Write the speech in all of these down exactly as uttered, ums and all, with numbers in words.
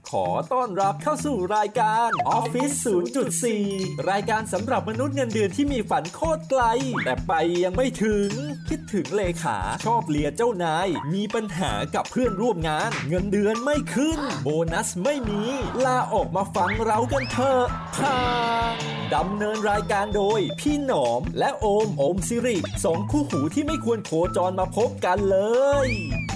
ขอต้อนรับเข้าสู่รายการ Office ศูนย์จุดสี่ รายการสำหรับมนุษย์เงินเดือนที่มีฝันโคตรไกลแต่ไปยังไม่ถึงคิดถึงเลขาชอบเลียเจ้านายมีปัญหากับเพื่อนร่วมงานเงินเดือนไม่ขึ้นโบนัสไม่มีลาออกมาฟังเรากันเถอะค่ะดำเนินรายการโดยพี่หนอมและโอมโอมสิริสองคู่หูที่ไม่ควรโคจรมาพบกันเลย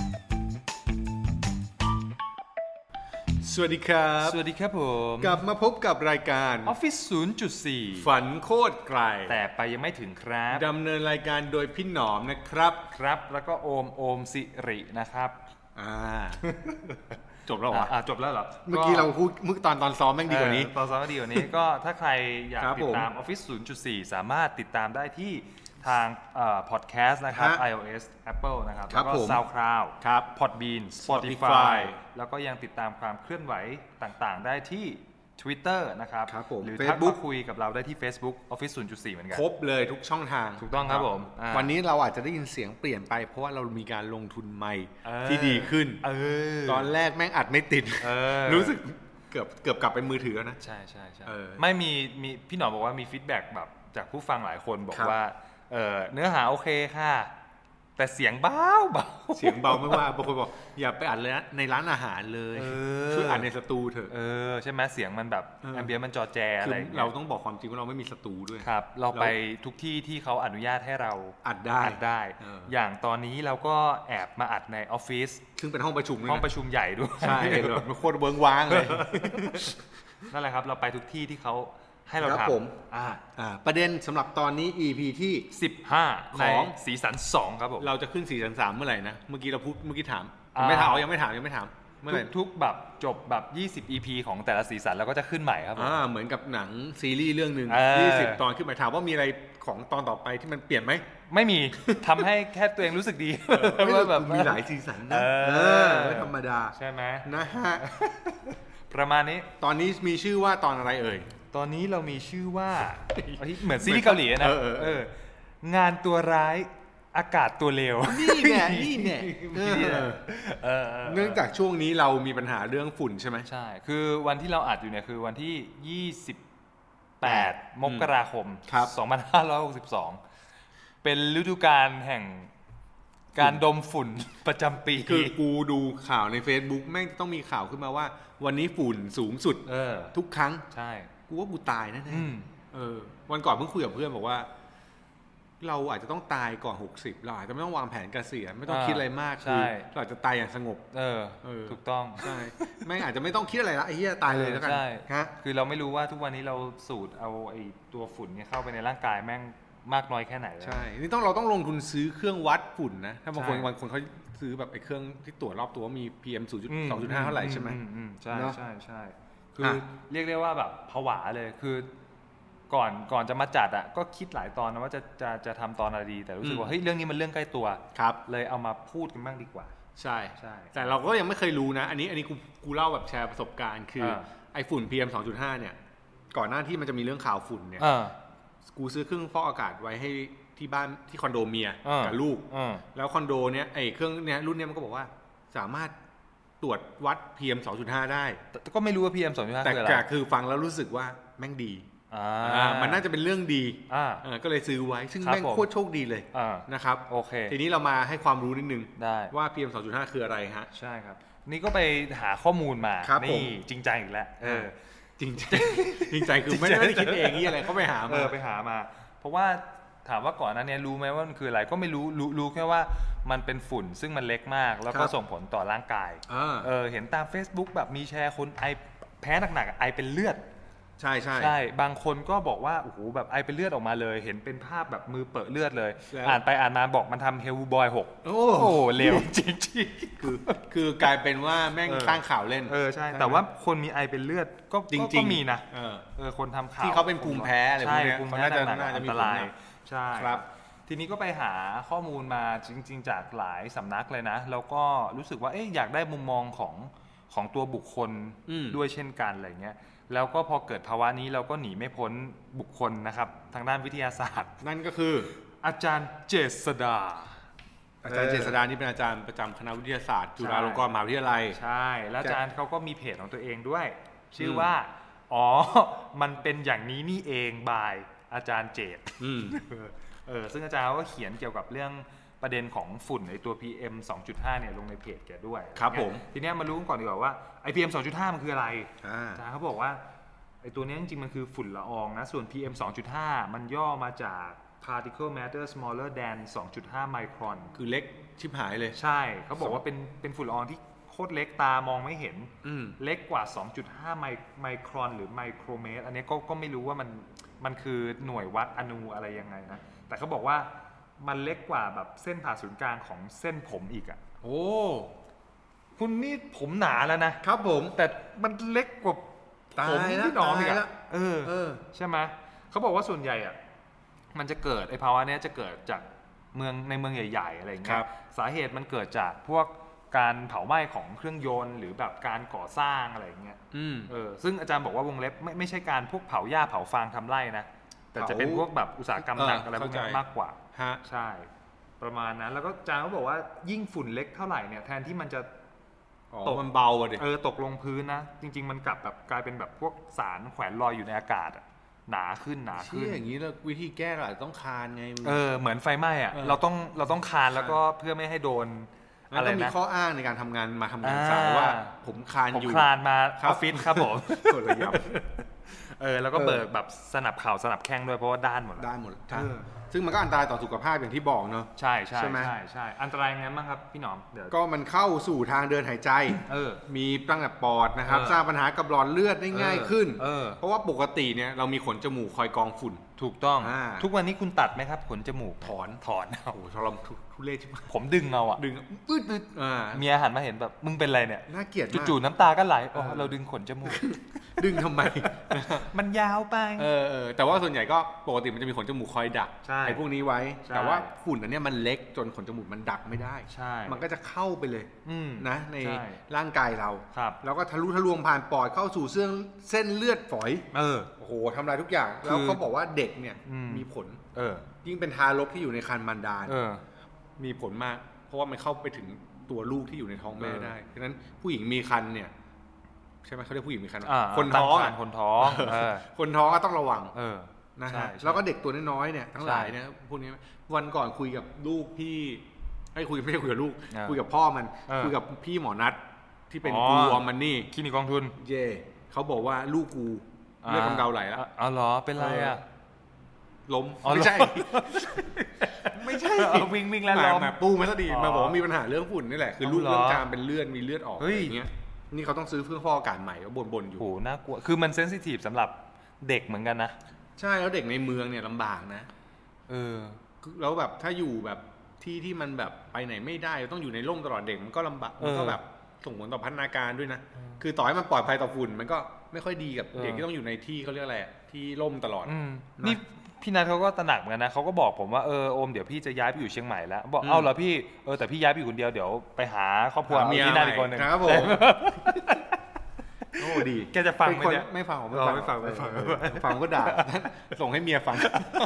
สวัสดีครับสวัสดีครับผมกลับมาพบกับรายการ Office ศูนย์จุดสี่ฝันโคตรไกลแต่ไปยังไม่ถึงครับดำเนินรายการโดยพี่หนอมนะครับครับแล้วก็โอมโอมสิรินะครับอ่าจบแล้วเหรออ่าจบแล้วเหรอเมื่อกี้เราพูดเมื่อตอนตอนซ้อมแม่งดีกว่านี้ตอนซ้อมดีกว่านี้ก็ถ้าใครอยากติดตาม Office ศูนย์จุดสี่ สามารถติดตามได้ที่ทางเอ่อ podcast นะครับ iOS Apple นะครับแล้วก็ SoundCloud ครับ Podbean Spotify แล้วก็ยังติดตามความเคลื่อนไหวต่างๆได้ที่ Twitter นะครับหรือทักมาคุยกับเราได้ที่ Facebook Office ศูนย์จุดสี่ เหมือนกันครบเลยทุกช่องทางถูกต้องครับผมวันนี้เราอาจจะได้ยินเสียงเปลี่ยนไปเพราะว่าเรามีการลงทุนไมค์ที่ดีขึ้นตอนแรกแม่งอัดไม่ติดรู้สึกเกือบเกือบกลับเป็นมือถือแล้วนะใช่ใช่ใช่ไม่มีมีพี่หนอบอกว่ามีฟีดแบ็กแบบจากผู้ฟังหลายคนบอกว่าเออเนื้อหาโอเคค่ะแต่เสียงเบาเบาเสียงเบาไม่ว่าบางคนบอกอย่าไปอัดเลยในร้านอาหารเลยช่วยอัดในสตูเถอะเออใช่ไหมเสียงมันแบบแอมเบียนมันจอแจอะไรเราต้องบอกความจริงว่าเราไม่มีสตูด้วยครับเราไปทุกที่ที่เขาอนุญาตให้เราอัดได้อัดได้อย่างตอนนี้เราก็แอบมาอัดในออฟฟิศซึ่งเป็นห้องประชุมห้องประชุมใหญ่ด้วยใช่แบบมันโคตรเบิ้งว้างเลยนั่นแหละครับเราไปทุกที่ที่เขาให้เราทำอ่าอ่าประเด็นสำหรับตอนนี้ อี พี ที่สิบห้าของสีสันสองครับผมเราจะขึ้นสีสันสามเมื่อไหร่นะเมื่อกี้เราพูดเมื่อกี้ถามไม่ถามยังไม่ถามยังไม่ถามเมื่อไหร่ทุกแบบจบแบบยี่สิบ อี พี ของแต่ละสีสันเราก็จะขึ้นใหม่ครับผมอ่าเหมือนกับหนังซีรีส์เรื่องนึงยี่สิบตอนขึ้นใหม่ถามว่ามีอะไรของตอนต่อไปที่มันเปลี่ยนไหมไม่มีทำให้แค่ตัวเองรู้สึกดีว่าแบบมีหลายสีสันนะเออไม่ธรรมดาใช่ไหมนะฮะประมาณนี้ตอนนี้มีชื่อว่าตอนอะไรเอ่ยตอนนี้เรามีชื่อว่าเหมือนซีรีส์เกาหลีนะเอองานตัวร้ายอากาศตัวเลวนี่แน่นี่แน่เนื่องจากช่วงนี้เรามีปัญหาเรื่องฝุ่นใช่ไหมใช่คือวันที่เราอัดอยู่เนี่ยคือวันที่ยี่สิบแปดมกราคมสองพันห้าร้อยหกสิบสองเป็นฤดูกาลแห่งการดมฝุ่นประจำปีคือกูดูข่าวใน Facebook แม่งต้องมีข่าวขึ้นมาว่าวันนี้ฝุ่นสูงสุดทุกครั้งใช่กูว่ากูตายแน่ๆเออวันก่อนเพิ่งคุยกับเพื่อนบอกว่าเราอาจจะต้องตายก่อนหกสิบเราอาจจะไม่ต้องวางแผนเกษียณไม่ต้องคิดอะไรมากคือเราอาจจะตายอย่างสงบเออถูกต้องใช่แม่งอาจจะไม่ต้องคิดอะไรละไอ้เหี้ยตายเลยแล้วกันใช่คือเราไม่รู้ว่าทุกวันนี้เราสูดเอาไอ้ตัวฝุ่นเนี่ยเข้าไปในร่างกายแม่งมากน้อยแค่ไหนใช่นี่ต้องเราต้องลงทุนซื้อเครื่องวัดฝุ่นนะถ้าบางคนบางคนเขาซื้อแบบไอ้เครื่องที่ตรวจรอบตัวมี พี เอ็ม ศูนย์จุดสองจุดห้า เท่าไหร่ใช่ไหมใช่ใช่ใช่คือเรียกได้ว่าแบบผวาเลยคือก่อนก่อนจะมาจัดอ่ะก็คิดหลายตอนนะว่าจะจะจะทำตอนอะไรดีแต่รู้สึกว่าเฮ้ยเรื่องนี้มันเรื่องใกล้ตัวครับเลยเอามาพูดกันบ้างดีกว่าใช่ใช่แต่เราก็ยังไม่เคยรู้นะอันนี้อันนี้กูกูเล่าแบบแชร์ประสบการณ์คือไอ้ฝุ่น พี เอ็ม สองจุดห้า เนี่ยก่อนหน้าที่มันจะมีเรื่องข่าวฝุ่นเนี่ยกูซื้อเครื่องฟอกอากาศไว้ให้ที่บ้านที่คอนโดเมียกับลูกแล้วคอนโดเนี้ยไอ้เครื่องเนี้ยรุ่นเนี้ยมันก็บอกว่าสามารถตรวจวัด พี เอ็ม สองจุดห้า ได้แต่ก็ไม่รู้ว่า พี เอ็ม สองจุดห้าคืออะไรแต่คือฟังแล้วรู้สึกว่าแม่งดีมันน่าจะเป็นเรื่องดีก็เลยซื้อไว้ซึ่งแม่งโคตรโชคดีเลยนะครับโอเคทีนี้เรามาให้ความรู้นิดนึงได้ว่า พี เอ็ม สองจุดห้า คืออะไรฮะใช่ครับนี่ก็ไปหาข้อมูลมานี่จริงใจอีกแล้วเออจริงใจจริงใจคือไม่ได้คิดเองนี่อะไรเขาไปหามาเออไปหามาเพราะว่าถามว่าก่อนนั้นเนี่ยรู้ไหมว่ามันคืออะไรก็ไม่รู้รู้รู้แค่ว่ามันเป็นฝุ่นซึ่งมันเล็กมากแล้วก็ส่งผลต่อร่างกายเออเห็นตาม Facebook แบบมีแชร์คนไอแพ้หนักๆไอเป็นเลือดใช่ใช่ใช่บางคนก็บอกว่าโอ้โหแบบไอเป็นเลือดออกมาเลยเห็นเป็นภาพแบบมือเปิดเลือดเลยอ่านไปอ่านมาบอกมันทำเฮลบอยหกโอ้โหเลวจริงๆคือคือกลายเป็นว่าแม่งสร้างข่าวเล่นเออใช่แต่ว่าคนมีไอเป็นเลือดก็ก็มีนะเออเออคนทำข่าวที่เขาเป็นภูมิแพ้อะไรพวกนี้เขาน่าจะอันตรายใช่ครับทีนี้ก็ไปหาข้อมูลมาจริงๆจากหลายสำนักเลยนะแล้วก็รู้สึกว่าเอ๊ะอยากได้มุมมองของของตัวบุคคลด้วยเช่นกันอะไรเงี้ยแล้วก็พอเกิดภาวะนี้เราก็หนีไม่พ้นบุคคลนะครับทางด้านวิทยาศาสตร์นั่นก็คืออาจารย์เจษฎาอาจารย์เจษฎานี่เป็นอาจารย์ประจำคณะวิทยาศาสตร์จุฬาลงกรณ์มหาวิทยาลัยใช่แล้วอาจารย์เขาก็มีเพจของตัวเองด้วยชื่อว่าอ๋อมันเป็นอย่างนี้นี่เองบายอาจารย์เจตเออซึ่งอาจารย์ก็เขียนเกี่ยวกับเรื่องประเด็นของฝุ่นในตัว พี เอ็ม สองจุดห้า เนี่ยลงในเพจแกด้วยครับผมทีนี้มารู้ก่อนดีกว่าว่าไอ พี เอ็ม สองจุดห้า มันคืออะไรอาจารย์เขาบอกว่าไอตัวนี้จริงๆมันคือฝุ่นละอองนะส่วน พี เอ็ม สองจุดห้า มันย่อมาจาก particle matter smaller than สองจุดห้า ไมครอนคือเล็กชิบหายเลยใช่เขาบอกว่าเป็นเป็นฝุ่นละอองที่โคตรเล็กตามองไม่เห็นเล็กกว่า สองจุดห้า ไมไมครอนหรือไมโครเมตรอันนี้ก็ก็ไม่รู้ว่ามันมันคือหน่วยวัดอนูอะไรยังไงนะแต่เขาบอกว่ามันเล็กกว่าแบบเส้นผ่าศูนย์กลางของเส้นผมอีกอ่ะโอ้คุณนี่ผมหนาแล้วนะครับผมแต่มันเล็กกว่าผมที่น้องอีกอ่ะเออเออใช่ไหมเขาบอกว่าส่วนใหญ่อ่ะมันจะเกิดไอ้ภาวะนี้จะเกิดจากเมืองในเมืองใหญ่ๆอะไรอย่างเงี้ยสาเหตุมันเกิดจากพวกการเผาไหม้ของเครื่องยนต์หรือแบบการก่อสร้างอะไรอย่างเงี้ยเออซึ่งอาจารย์บอกว่าวงเล็บไม่ไม่ใช่การพวกเผาหญ้าเผาฟางทำไร่นะแต่จะเป็นพวกแบบอุตสาหกรรมหนักอะไรพวกนี้มากกว่าใช่ประมาณนั้นแล้วก็อาจารย์เขาบอกว่ายิ่งฝุ่นเล็กเท่าไหร่เนี่ยแทนที่มันจะตกมันเบาอ่ะดิเออตกลงพื้นนะจริงๆมันกลับแบบกลายเป็นแบบพวกสารแขวนลอยอยู่ในอากาศหนาขึ้นหนาขึ้นอย่างนี้แล้ววิธีแก้เราต้องคานไงเออเหมือนไฟไหม้อ่ะเราต้องเราต้องคานแล้วก็เพื่อไม่ให้โดนอะไรนะต้องมีข้ออ้างในการทำงานมาทำงานสายว่าผมคานอยู่ผมคานมาออฟฟิศครับผมตัวระยำเออแล้วก็เบิกแบบสนับเข่าสนับแข้งด้วยเพราะว่าด้านหมดด้านหมดซึ่งมันก็อันตรายต่อสุขภาพอย่างที่บอกเนอะใช่ใช่ใช่ใช่อันตรายไงบ้างครับพี่หนอมเดี๋ยวก็มันเข้าสู่ทางเดินหายใจเออมีตั้งแต่ปอดนะครับสร้างปัญหากับหลอดเลือดได้ง่ายขึ้นเออเพราะว่าปกติเนี่ยเรามีขนจมูกคอยกองฝุ่นถูกต้องทุกวันนี้คุณตัดไหมครับขนจมูกถอนถอนโอ้โหทรมานทุเรศใช่ไหมผมดึงเอาอ่ะดึงปื๊ดปื๊ดอ่าเมียหันมาเห็นแบบมึงเป็นไรเนี่ยน่าเกลียดมากจู่ๆน้ำตาก็ไหลอ๋อเราดึงขนจมูกดึงทำไมมันยาวไปเออแต่ว่าส่วนใหญ่ก็ปกติมันจะมีขนจมูกคอยดักไอ้พวกนี้ไว้แต่ว่าฝุ่นอันนี้มันเล็กจนขนจมูกมันดักไม่ได้มันก็จะเข้าไปเลยนะในร่างกายเราแล้วก็ทะลุทะลวงผ่านปอดเข้าสู่เส้นเส้นเลือดฝอยเออโอ้โหทำลายทุกอย่างแล้วเขาบอกว่าเด็กเนี่ยมีผลเออยิ่งเป็นทารกที่อยู่ในครรภ์มารดามีผลมากเพราะว่ามันเข้าไปถึงตัวลูกที่อยู่ในท้องแม่ได้ฉะนั้นผู้หญิงมีครรภ์เนี่ยใช่ไหมเขาเรียกผู้หญิงมีครรภ์คนท้องคนท้องคนท้องก็ต้องระวังนะฮะแล้วก็เด็กตัวน้อยๆเนี่ยทั้งหลายเนี่ยพวกนี้วันก่อนคุยกับลูกพี่ให้คุยไม่ใช่คุยกับลูกคุยกับพ่อมันคุยกับพี่หมอนัทที่เป็นกูออมมันนี่คลินิกกองทุนเย่เขาบอกว่าลูกกูเลือดกำเดาไหลแล้วอ๋อเหรอเป็นไรอ่ะล้มไม่ใช่ไม่ใช่วิ่งวิ่งแล้วล้มแบบปูมาซะดีมาบอกว่ามีปัญหาเรื่องฝุ่นนี่แหละคือลูกเรื่องจามเป็นเลือดมีเลือดออกอย่างเงี้ยนี่เขาต้องซื้อเครื่องฟอกอากาศใหม่ก็บ่นๆอยู่โอ้น่ากลัวคือมันเซนซิทีฟสำหรับเด็กเหมือนกันนะใช่แล้วเด็กในเมืองเนี่ยลำบากนะเออแล้วแบบถ้าอยู่แบบที่ที่มันแบบไปไหนไม่ได้ต้องอยู่ในร่มตลอดเด็กมันก็ลำบากมันก็แบบส่งผลต่อพัฒนาการด้วยนะคือต่อให้มันปลอดภัยต่อฝุ่นมันก็ไม่ค่อยดีกับเด็กที่ต้องอยู่ในที่เขาเรียกอะไรที่ร่มตลอดนี่พี่นัทเขาก็ตระหนักเหมือนกันนะเขาก็บอกผมว่าเออโอมเดี๋ยวพี่จะย้ายไปอยู่เชียงใหม่แล้วบอกเอ้าเหรอพี่เออแต่พี่ย้ายไปอยู่คนเดียวเดี๋ยวไปหาครอบครัวที่นั่นอีกคนนึงครับผมโอ้ดีแกจะฟังไหมเนี่ยไม่ฟังผมไม่ฟังไม่ฟังไม่ฟังฟังก็ด่าส่งให้เมียฟัง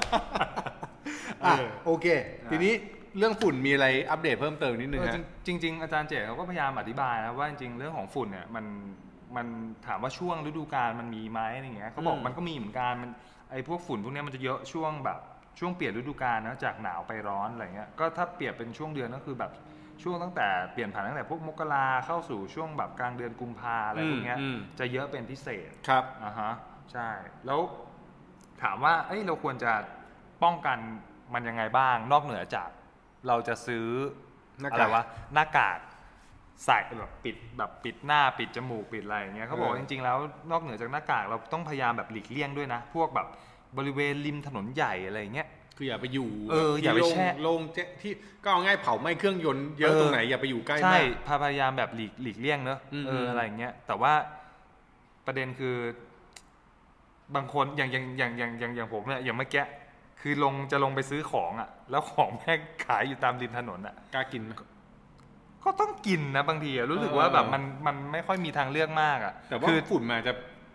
โอเคทีนี้เรื่องฝุ่นมีอะไรอัปเดตเพิ่มเติมนิดนึงฮะจริงๆอาจารย์เจตเขาก็พยายามอธิบายนะว่าจริงๆเรื่องของฝุ่นเนี่ยมันมันถามว่าช่วงฤดูกาลมันมีไหมอะไรเงี้ยเขาบอกมันก็มีเหมือนกันมันไอ้พวกฝุ่นพวกนี้มันจะเยอะช่วงแบบช่วงเปลี่ยนฤดูกาลนะจากหนาวไปร้อนอะไรเงี้ยก็ถ้าเปรียบเป็นช่วงเดือนก็คือแบบช่วงตั้งแต่เปลี่ยนผ่านตั้งแต่พวกมกราเข้าสู่ช่วงแบบกลางเดือนกุมภาอะไรพวกเนี้ยจะเยอะเป็นพิเศษครับอ่าฮะใช่แล้วถามว่าเอ้ยเราควรจะป้องกันมันยังไงบ้างนอกเหนือจากเราจะซื้ออะไรวะหน้ากากใส่แบบปิดแบบปิดหน้าปิดจมูกปิดอะไรอย่างเงี้ยเขาบอกจริงๆแล้วนอกเหนือจากหน้ากากเราต้องพยายามแบบหลีกเลี่ยงด้วยนะพวกแบบบริเวณริมถนนใหญ่อะไรอย่างเงี้ยคืออย่าไปอยู่เอออย่าไปแช่ลงที่ก็เอาง่ายเผาไหม้เครื่องยนต์เยอะตรงไหนอย่าไปอยู่ใกล้มากใช่พยายามแบบหลีกหลีกเลี่ยงเนอะเอออะไรอย่างเงี้ยแต่ว่าประเด็นคือบางคนอย่างอย่างอย่างอย่างอย่างอย่างผมเนี่ยอย่างเมื่อกี้คือลงจะลงไปซื้อของอ่ะแล้วของแม่งขายอยู่ตามริมถนนอ่ะกล้ากินไหมก็ต้องกินนะบางทีรู้สึกว่าแบบมันมันไม่ค่อยมีทางเลือกมากอ่ะแต่ว่าฝุ่นมาจะ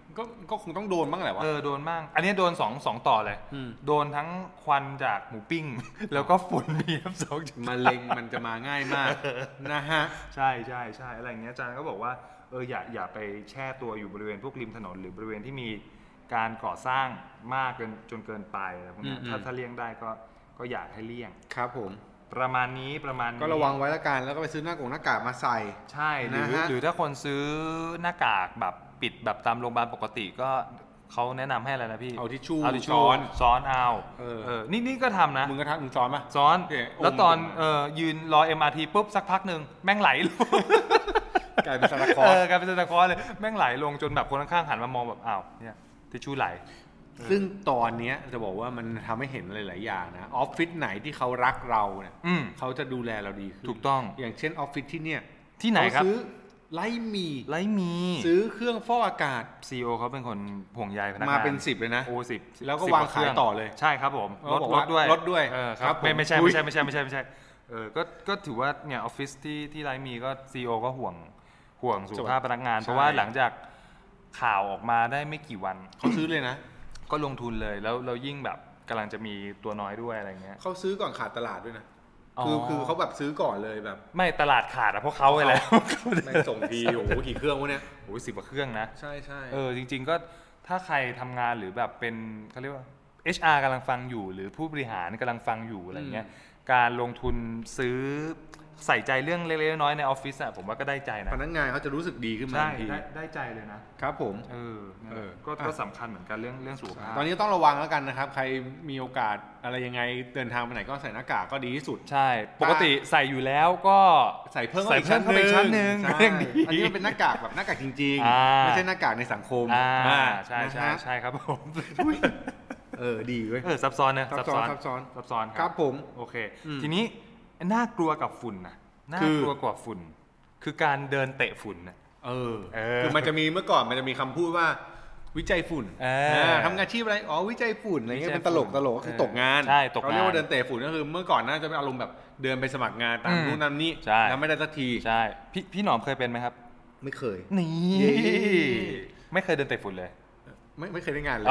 ก็ก็คงต้องโดนบ้างแหละวะเออโดนบ้างอันนี้โดนสอง สองต่อเลยโดนทั้งควันจากหมูปิ้งแล้วก็ฝุ่น พี เอ็ม สองจุดห้ามะเร็งมันจะมาง่ายมากนะฮะใช่ๆๆอะไรอย่างเงี้ยอาจารย์ก็บอกว่าเอออย่าอย่าไปแช่ตัวอยู่บริเวณพวกริมถนนหรือบริเวณที่มีการก่อสร้างมากเกินจนเกินไปอะไรพวกนี้ถ้าถ้าเลี่ยงได้ก็ก็อยากให้เลี่ยงครับผมประมาณนี้ประมาณนี้ก็ระวังไว้ละกันแล้วก็ไปซื้อหน้ากากหน้ากากมาใส่ใช่หรือหรือถ้าคนซื้อหน้ากากแบบปิดแบบตามโรงพยาบาลปกติก็เขาแนะนำให้อะไรนะพี่เอาทิชชู่เอาทิชชู่ซ้อนซ้อนเอาเออนี่นี่ก็ทำนะมึงก็ทำมึงซ้อนป่ะซ้อนแล้วตอนเออยืนรอ เอ็ม อาร์ ที ปุ๊บสักพักนึงแม่งไหลลงกลายเป็นซานตาคลอสเออกลายเป็นซานตาคลอสเลยแม่งไหลลงจนแบบคนข้างๆหันมามองแบบอ้าวเนี่ยทิชชู่ไหลซึ่งตอนนี้จะบอกว่ามันทำให้เห็นหลายๆอย่างนะออฟฟิศไหนที่เขารักเราเนี่ยเขาจะดูแลเราดีขึ้นถูกต้องอย่างเช่นออฟฟิศที่เนี่ยที่ไหนครับซื้อไลมีไลมีซื้อเครื่องฟอกอากาศซี อี โอ เขาเป็นคนห่วงใยพนักงานมาเป็นสิบเลยนะโอ้สิบแล้วก็วางขายต่อเลยใช่ครับผมลดลดด้วยลดด้วยครับไม่ไม่ใช่ไม่ใช่ไม่ใช่ไม่ใช่ไม่ใช่เออก็ก็ถือว่าเนี่ยออฟฟิศที่ที่ไลมีก็ ซี อี โอ ก็ห่วงห่วงสุขภาพพนักงานเพราะว่าหลังจากข่าวออกมาได้ไม่กี่วันเขาซื้อเลยนะก็ลงทุนเลยแล้วเรายิ่งแบบกำลังจะมีตัวน้อยด้วยอะไรเงี้ยเขาซื้อก่อนขาดตลาดด้วยนะคือคือเขาแบบซื้อก่อนเลยแบบไม่ตลาดขาดอะเพราะเขาไปแล้วแม่งส่งทีโอ้โหกี่เครื่องวะเนี่ยโอ้ยสิบกว่าเครื่องนะใช่ใช่เออจริงๆก็ถ้าใครทำงานหรือแบบเป็นเขาเรียกว่า เอช อาร์ กำลังฟังอยู่หรือผู้บริหารกำลังฟังอยู่อะไรเงี้ยการลงทุนซื้อใส่ใจเรื่องเล็กๆน้อยๆในออฟฟิศอะผมว่าก็ได้ใจนะพนักงานเขาจะรู้สึกดีขึ้นมาทันทีได้ได้ใจเลยนะครับผมเออเออก็ก็สำคัญเหมือนกันเรื่องเรื่องสุขภาพตอนนี้ต้องระวังแล้วกันนะครับใครมีโอกาสอะไรยังไงเดินทางไปไหนก็ใส่หน้ากากก็ดีที่สุดใช่ปกติใส่อยู่แล้วก็ใส่เพิ่มใส่เพิ่มเข้าไปชั้นนึงอันนี้เป็นหน้ากากแบบหน้ากากจริงๆไม่ใช่หน้ากากในสังคมอ่าใช่ใช่ใช่ครับผมเออดีเว้ยเออซับซ้อนนะซับซ้อนซับซ้อนซับซ้อนครับผมโอเคทีนี้น่ากลัวกับฝุ่นนะน่ากลัวกว่าฝุ่นคือการเดินเตะฝุ่นนะเออคือมันจะมีเมื่อก่อนมันจะมีคำพูดว่าวิจัยฝุ่นทำงานอาชีพอะไรอ๋อวิจัยฝุ่นอะไรเงี้ยเป็นตลกตลกคือตกงานเขาเรียกว่าเดินเตะฝุ่นก็คือเมื่อก่อนน่าจะเป็นอารมณ์แบบเดินไปสมัครงานตามนู่นนั่นนี่แล้วไม่ได้สักทีใช่พี่พี่หนอมเคยเป็นไหมครับไม่เคยนี่ไม่เคยเดินเตะฝุ่นเลยไม่ไม่เคยได้งานเลย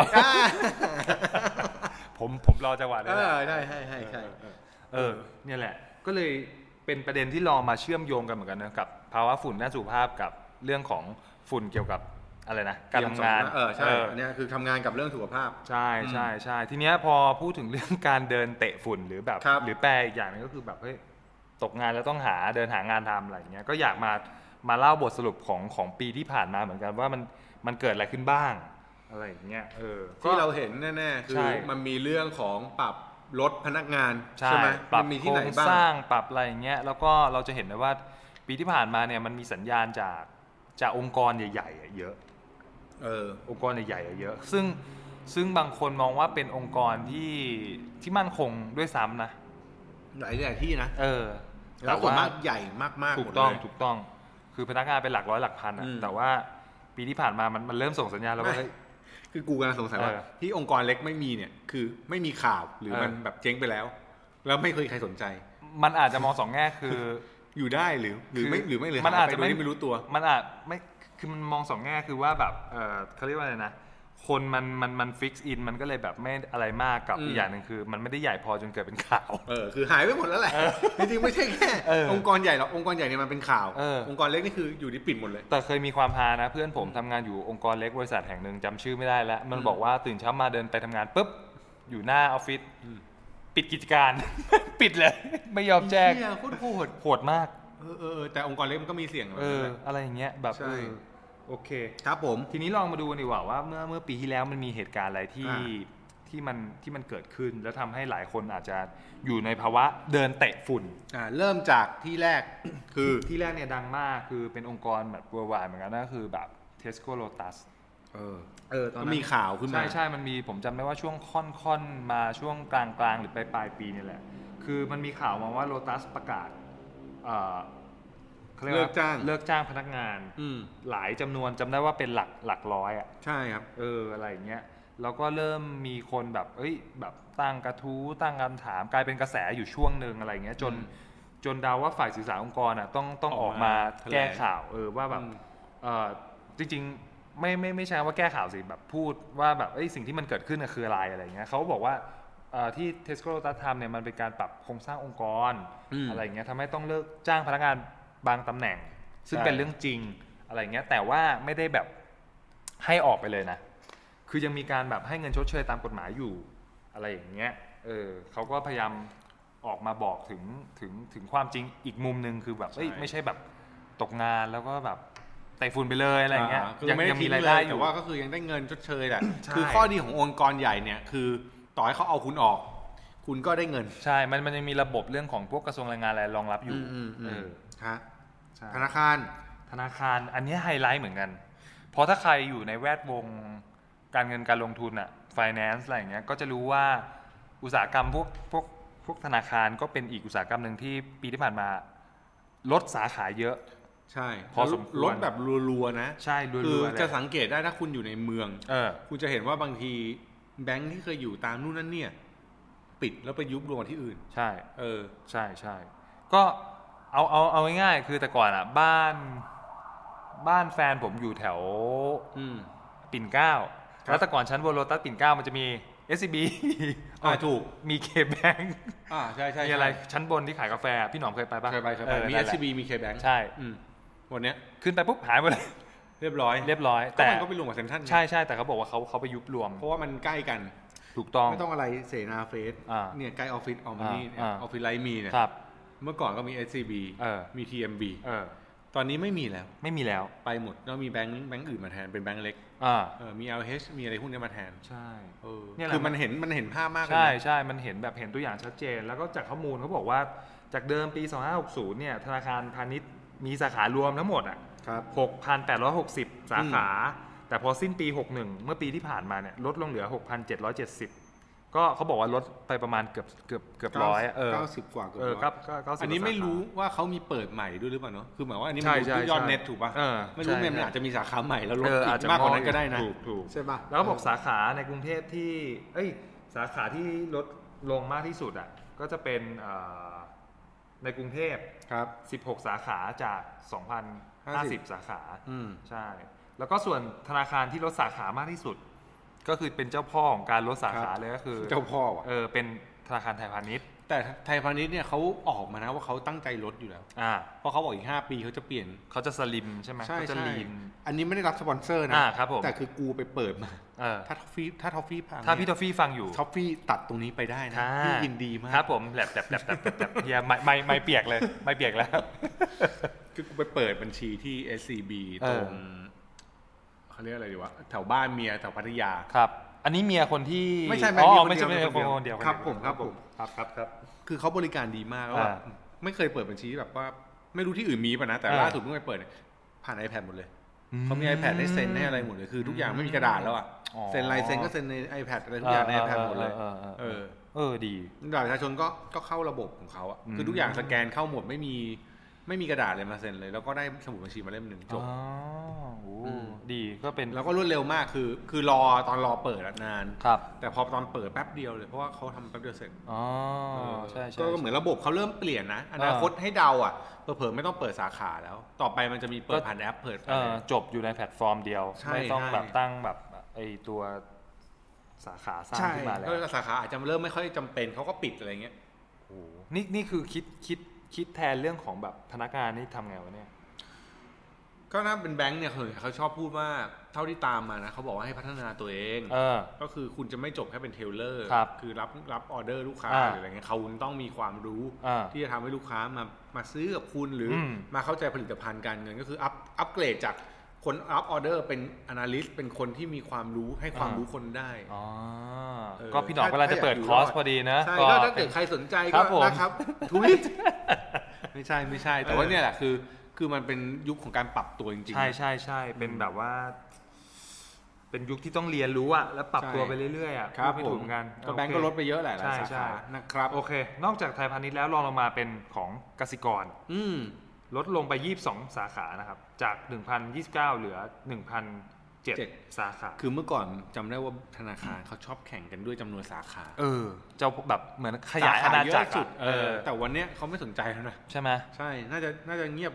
ผมผมรอจังหวะเลยใช่ใช่ใช่ใช่เออเนี่ยแหละก็เลยเป็นประเด็นที่ลองมาเชื่อมโยงกันเหมือนกันนะกับภาวะฝุ่นด้านสุขภาพกับเรื่องของฝุ่นเกี่ยวกับอะไรนะการทำงานเออใช่อันนี้คือทำงานกับเรื่องสุขภาพใช่ใช่ใช่ทีเนี้ยพอพูดถึงเรื่องการเดินเตะฝุ่นหรือแบบหรือแปลอีกอย่างนึงก็คือแบบเฮ้ยตกงานแล้วต้องหาเดินหางานทำอะไรอย่างเงี้ยก็อยากมามาเล่าบทสรุปของของปีที่ผ่านมาเหมือนกันว่ามันมันเกิดอะไรขึ้นบ้างอะไรอย่างเงี้ยเออที่เราเห็นแน่ๆคือมันมีเรื่องของปรับลดพนักงานใช่ไหมปรับโครงสร้างปรับอะไรอย่างเงี้ยแล้วก็เราจะเห็นได้ว่าปีที่ผ่านมาเนี่ยมันมีสัญญาณจากจากองค์กรใหญ่ๆเยอะเออองค์กรใหญ่ๆเยอะซึ่งซึ่งบางคนมองว่าเป็นองค์กรที่ที่มั่นคงด้วยซ้ำนะหลายหลายที่นะเออแต่ส่วนมากใหญ่มากๆถูกต้องถูกต้องคือพนักงานเป็นหลักร้อยหลักพันอ่ะแต่ว่าปีที่ผ่านมามันมันเริ่มส่งสัญญาณแล้วว่าคือกูกำลังสงสัยว่าที่องค์กรเล็กไม่มีเนี่ยคือไม่มีข่าวหรือมันแบบเจ๊งไปแล้วแล้วไม่เคยใครสนใจมันอาจจะมองสองแง่คืออยู่ได้หรือหรือไม่หรือไม่เลยมันอาจจะไม่ไม่รู้ตัวมันอาจไม่คือมันมองสองแง่คือว่าแบบเออเขาเรียกว่าอะไรนะคนมันมันมันฟิกซ์อินมันก็เลยแบบไม่อะไรมากกับอีกอย่างนึงคือมันไม่ได้ใหญ่พอจนเกิดเป็นข่าวเออคือหายไปหมดแล้วแหละจริงๆไม่ใช่แค่องค์กรใหญ่หรอกองค์กรใหญ่เนี่ยมันเป็นข่าวองค์กรเล็กนี่คืออยู่ที่ปิดหมดเลยแต่เคยมีความฮานะเพื่อนผมทำงานอยู่องค์กรเล็กบริษัทแห่งนึงจำชื่อไม่ได้แล้วมันบอกว่าตื่นเช้ามาเดินไปทำงานปุ๊บอยู่หน้าออฟฟิศปิดกิจการปิดเลยไม่ยอมแจ้งโคตรโหดโหดมากเออเออแต่องค์กรเล็กมันก็มีเสี่ยงเอออะไรอย่างเงี้ยแบบโอเคครับผมทีนี้ลองมาดูดีกว่าว่าเมื่อเมื่อปีที่แล้วมันมีเหตุการณ์อะไรที่ที่มันที่มันเกิดขึ้นแล้วทำให้หลายคนอาจจะอยู่ในภาวะเดินเตะฝุ่นอ่าเริ่มจากที่แรกคือที่แรกเนี่ยดังมากคือเป็นองค์กรแบบ worldwide เหมือนกันนะคือแบบ Tesco Lotus เออเออตอนนั้นมีข่าวขึ้นมาใช่ใช่มันมีผมจำได้ว่าช่วงค่อนๆมาช่วงกลางๆหรือปลายปลายปีนี่แหละคือมันมีข่าวมาว่า Lotus ประกาศอ่าเลิกจ้างเลิกจ้างพนักงานหลายจำนวนจำได้ว่าเป็นหลักหลักร้อยอ่ะใช่ครับเอออะไรอย่างเงี้ยแล้วก็เริ่มมีคนแบบเอ้ยแบบตั้งกระทู้ตั้งคำถามกลายเป็นกระแสอยู่ช่วงนึงอะไรเงี้ยจนจนเดาว่าฝ่ายสื่อสารองค์กรอ่ะต้องต้องออกมาแก้ข่าวเออว่าแบบเออจริงๆไม่ไม่ไม่ใช่ว่าแก้ข่าวสิแบบพูดว่าแบบไอ้สิ่งที่มันเกิดขึ้นคืออะไรอะไรเงี้ยเขาบอกว่าที่ Tesco Lotus ทำเนี่ยมันเป็นการปรับโครงสร้างองค์กร อ, อะไรเงี้ยทำให้ต้องเลิกจ้างพนักงานบางตำแหน่งซึ่งเป็นเรื่องจริงอะไรเงี้ยแต่ว่าไม่ได้แบบให้ออกไปเลยนะคือยังมีการแบบให้เงินชดเชยตามกฎหมายอยู่อะไรอย่างเงี้ยเออเขาก็พยายามออกมาบอกถึงถึงถึงความจริงอีกมุมนึงคือแบบเอ้ยไม่ใช่แบบตกงานแล้วก็แบบไต่ฝุ่นไปเลยอะไรเงี้ยยังยังมีรายได้แต่ว่าก็คือยังได้เงินชดเชยแหละคือข้อดีขององค์กรใหญ่เนี่ยคือต่อให้เขาเอาคุณออกคุณก็ได้เงินใช่มันมันยังมีระบบเรื่องของพวกกระทรวงแรงงานอะไรรองรับอยู่เออฮะธนาคารธนาคารอันนี้ไฮไลท์เหมือนกันเพราะถ้าใครอยู่ในแวดวงการเงินการลงทุนอะ finance อะไรอย่างเงี้ยก็จะรู้ว่าอุตสาหกรรมพวกพวกพวกธนาคารก็เป็นอีกอุตสาหกรรมหนึ่งที่ปีที่ผ่านมาลดสาขาเยอะใช่พอสมควรลดแบบรัวๆนะใช่รัวๆคือจะสังเกตได้ถ้าคุณอยู่ในเมืองเออคุณจะเห็นว่าบางทีแบงค์ที่เคยอยู่ตามนู่นนั่นเนี่ยปิดแล้วไปยุบรวมที่อื่นใช่เออใช่ใช่ก็เอาเอาเอาง่ายๆคือแต่ก่อนอ่ะบ้านบ้านแฟนผมอยู่แถวปิ่นเกล้าแล้วแต่ก่อนชั้นบนโลตัสปิ่นเกล้ามันจะมี เอส ซี บีอ่าถูกมี K-Bank อ่าใช่ๆมีอะไรชั้นบนที่ขายกาแฟพี่หนอมเคยไปป่ะเคยไปเคยไปมี เอส ซี บี มี K-Bank ใช่วันเนี้ยขึ้นไปปุ๊บหายหมดเลยเรียบร้อยเรียบร้อยแต่มันก็ไปรวมกับเซ็นทรัลใช่ๆแต่เขาบอกว่าเขาเขาไปยุบรวมเพราะว่ามันใกล้กันถูกต้องไม่ต้องอะไรเสนาเฟสเนี่ยใกล้ออฟฟิศออมนี่ออฟฟิศไลท์มีเนี่ยเมื่อก่อนก็มี เอส ซี บี มี ที เอ็ม บี ตอนนี้ไม่มีแล้วไม่มีแล้วไปหมดแล้วมีแบงค์แบงค์อื่นมาแทนเป็นแบงค์เล็กมี แอล เอช มีอะไรพวกนี้มาแทนใช่คือมันเห็นมันเห็นภาพมากเลยใช่ใช่มันเห็นแบบเห็นตัวอย่างชัดเจนแล้วก็จากข้อมูลเขาบอกว่าจากเดิมปีสองพันห้าร้อยหกสิบเนี่ยธนาคารพาณิชย์มีสาขารวมทั้งหมดอ่ะ หกพันแปดร้อยหกสิบ สาขาแต่พอสิ้นปีหกสิบเอ็ดเมื่อปีที่ผ่านมาเนี่ยลดลงเหลือ หกพันเจ็ดร้อยเจ็ดสิบ ก็เขาบอกว่าลดไปประมาณเกือบเกือบเกือบร้อยเออเก้าสิบกว่าเกือบร้อยอันนี้ไม่รู้ว่าเขามีเปิดใหม่ด้วยหรือเปล่าเนาะคือหมายว่าอันนี้มันยอดเน็ตถูกป่ะไม่รู้มันอาจจะมีสาขาใหม่แล้วลดมากกว่านั้นก็ได้นะถูกใช่ป่ะแล้วก็บอกสาขาในกรุงเทพที่เอ้ยสาขาที่ลดลงมากที่สุดอ่ะก็จะเป็นในกรุงเทพครับสิบหกสาขาจากสองพันห้าสิบสาขาใช่แล้วก็ส่วนธนาคารที่ลดสาขามากที่สุดก็คือเป็นเจ้าพ่อของการลดสาขาเลยก็คือเจ้าพ่อเออเป็นธนาคารไทยพาณิชย์แต่ไทยพาณิชย์เนี่ยเขาออกมานะว่าเขาตั้งใจลดอยู่แล้วอ่าเพราะเขาบอกอีกห้าปีเขาจะเปลี่ยนเขาจะสลิมใช่ไหมเขาจะลีนอันนี้ไม่ได้รับสปอนเซอร์นะแต่คือกูไปเปิดมาถ้าท็อฟฟี่ถ้าท็อฟฟี่ฟังถ้าพี่ท็อฟฟี่ฟังอยู่ท็อฟฟี่ตัดตรงนี้ไปได้นะพี่ยินดีมากครับผมแหลบแหลบแหลบแหลบแหลบเฮียไม่ไม่ไม่เปียกเลยไม่เปียกแล้วคือกูไปเปิดบัญชีที่ เอส ซี บี ตรงเขาเรียกอะไรดีวะแถวบ้านเมียแถวพัทยาครับอันนี้เมียคนที่ไม่ใช่อ๋อไม่ใช่เมียคนเดียวครับผมครับผมครับครับครับคือเขาบริการดีมากแล้วไม่เคยเปิดบัญชีแบบว่าไม่รู้ที่อื่นมีป่ะนะแต่ล่าสุดเพิ่งไปเปิดผ่าน iPad หมดเลยเขามี iPad ให้เซ็นให้อะไรหมดเลยคือทุกอย่างไม่มีกระดาษแล้วอ่ะเซ็นลายเซ็นก็เซ็นใน iPad อะไรทุกอย่างใน iPad หมดเลยเออเออดีบัตรประชาชนก็ก็เข้าระบบของเขาอ่ะคือทุกอย่างสแกนเข้าหมดไม่มีไม่มีกระดาษเลยมาเซ็นเลยแล้วก็ได้สมุดบัญชีมาเล่มหนึ่งจบอ๋อโอ้ดีก็เป็นแล้วก็รวดเร็วมากคือคือรอตอนรอเปิดนานครับแต่พอตอนเปิดแป๊บเดียวเลยเพราะว่าเขาทำแป๊บเดียวเสร็จอ๋อใช่ใช่ก็เหมือนระบบเขาเริ่มเปลี่ยนนะอนาคตให้เดาอ่ะเผลอๆไม่ต้องเปิดสาขาแล้วต่อไปมันจะมีเปิดผ่านแอปเปิดจบอยู่ในแพลตฟอร์มเดียวไม่ต้องแบบตั้งแบบไอตัวสาขาสร้างขึ้นมาแล้วก็สาขาอาจจะเริ่มไม่ค่อยจำเป็นเขาก็ปิดอะไรเงี้ยโอ้นี่นี่คือคิดคิดคิดแทนเรื่องของแบบพนักงานนี่ทำไงวะเนี่ยก็น่าเป็นแบงค์เนี่ยเขาชอบพูดว่าเท่าที่ตามมานะเขาบอกว่าให้พัฒนาตัวเองเออก็คือคุณจะไม่จบแค่เป็นเทเลอร์ค, คือรับรับออเดอร์ลูกค้าหรืออะไรเงี้ยเขาต้องมีความรู้ที่จะทำให้ลูกค้ามามาซื้อกับคุณหรือมาเข้าใจผลิตภัณฑ์การเงินก็คืออัพอัพเกรดจากคนรับออเดอร์เป็น analyst เป็นคนที่มีความรู้ให้ความรู้คนได้อ๋อก็พี่หนอมกำลังจะเปิดคอร์สพอดีนะใช่ก็ถ้าเกิดใครสนใจก็นะครับทุยไม่ใช่ไม่ใช่แต่ว่าเนี่ยแหละคือคือมันเป็นยุคของการปรับตัวจริงๆใช่ใช่ใช่เป็นแบบว่าเป็นยุคที่ต้องเรียนรู้อะแล้วปรับตัวไปเรื่อยๆอะไม่ถูกกันก็แบงก์ก็ลดไปเยอะแหละหลายสาขานะครับโอเคนอกจากไทยพาณิชย์แล้วลองลงมาเป็นของกสิกรอืมลดลงไปยี่สิบสองสาขานะครับจาก หนึ่งพันยี่สิบเก้า เหลือ หนึ่งพันเจ็ด สาขาคือเมื่อก่อนจำได้ว่าธนาคารเขาชอบแข่งกันด้วยจำนวนสาขาเออเจ้าแบบเหมือนขยายอาณาจักรสุดเออแต่วันนี้เขาไม่สนใจแล้วนะใช่ไหมใช่น่าจะน่าจะเงียบเลยอ่ะ